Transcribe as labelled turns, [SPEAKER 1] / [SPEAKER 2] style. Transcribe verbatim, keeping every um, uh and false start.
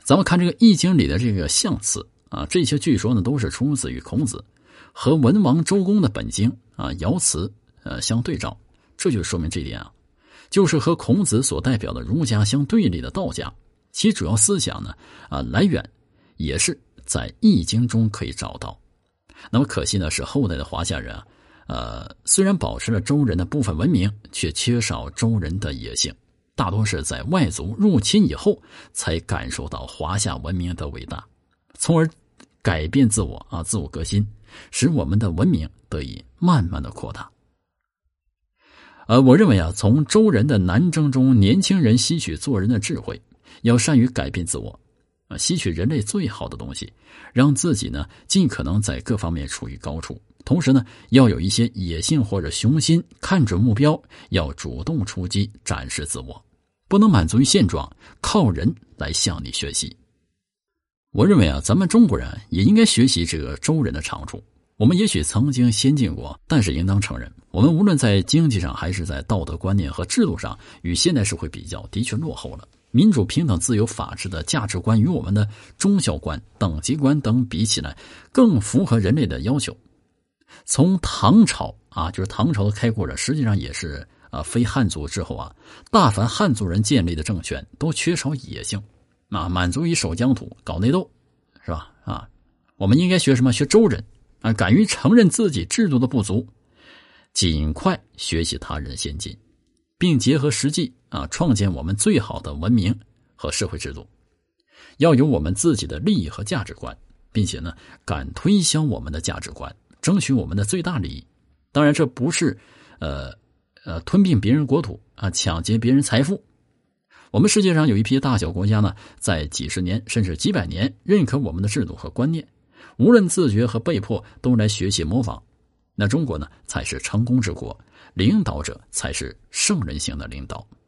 [SPEAKER 1] 咱们看这个《易经》里的这个象辞啊，这些据说呢都是出自于孔子，和文王周公的本经啊爻辞呃相对照，这就说明这一点啊，就是和孔子所代表的儒家相对立的道家，其主要思想呢啊来源也是在《易经》中可以找到。那么可惜呢是后代的华夏人啊，呃虽然保持了周人的部分文明，却缺少周人的野性。大多是在外族入侵以后才感受到华夏文明的伟大，从而改变自我啊，自我革新，使我们的文明得以慢慢的扩大。呃，我认为啊，从周人的南征中，年轻人吸取做人的智慧，要善于改变自我，啊，吸取人类最好的东西，让自己呢尽可能在各方面处于高处。同时呢，要有一些野性或者雄心，看准目标，要主动出击，展示自我。不能满足于现状，靠人来向你学习。我认为啊，咱们中国人也应该学习这个周人的长处。我们也许曾经先进过，但是应当承认，我们无论在经济上还是在道德观念和制度上，与现代社会比较，的确落后了。民主、平等、自由、法治的价值观与我们的忠孝观、等级观等比起来，更符合人类的要求。从唐朝啊，就是唐朝的开国者，实际上也是啊，非汉族之后啊，大凡汉族人建立的政权都缺少野性，啊，满足于守疆土、搞内斗，是吧？啊，我们应该学什么？学周人啊，敢于承认自己制度的不足，尽快学习他人先进，并结合实际啊，创建我们最好的文明和社会制度。要有我们自己的利益和价值观，并且呢，敢推销我们的价值观，争取我们的最大利益。当然，这不是呃。呃，吞并别人国土啊，抢劫别人财富。我们世界上有一批大小国家呢，在几十年甚至几百年认可我们的制度和观念，无论自觉和被迫都来学习模仿。那中国呢，才是成功之国，领导者才是圣人型的领导。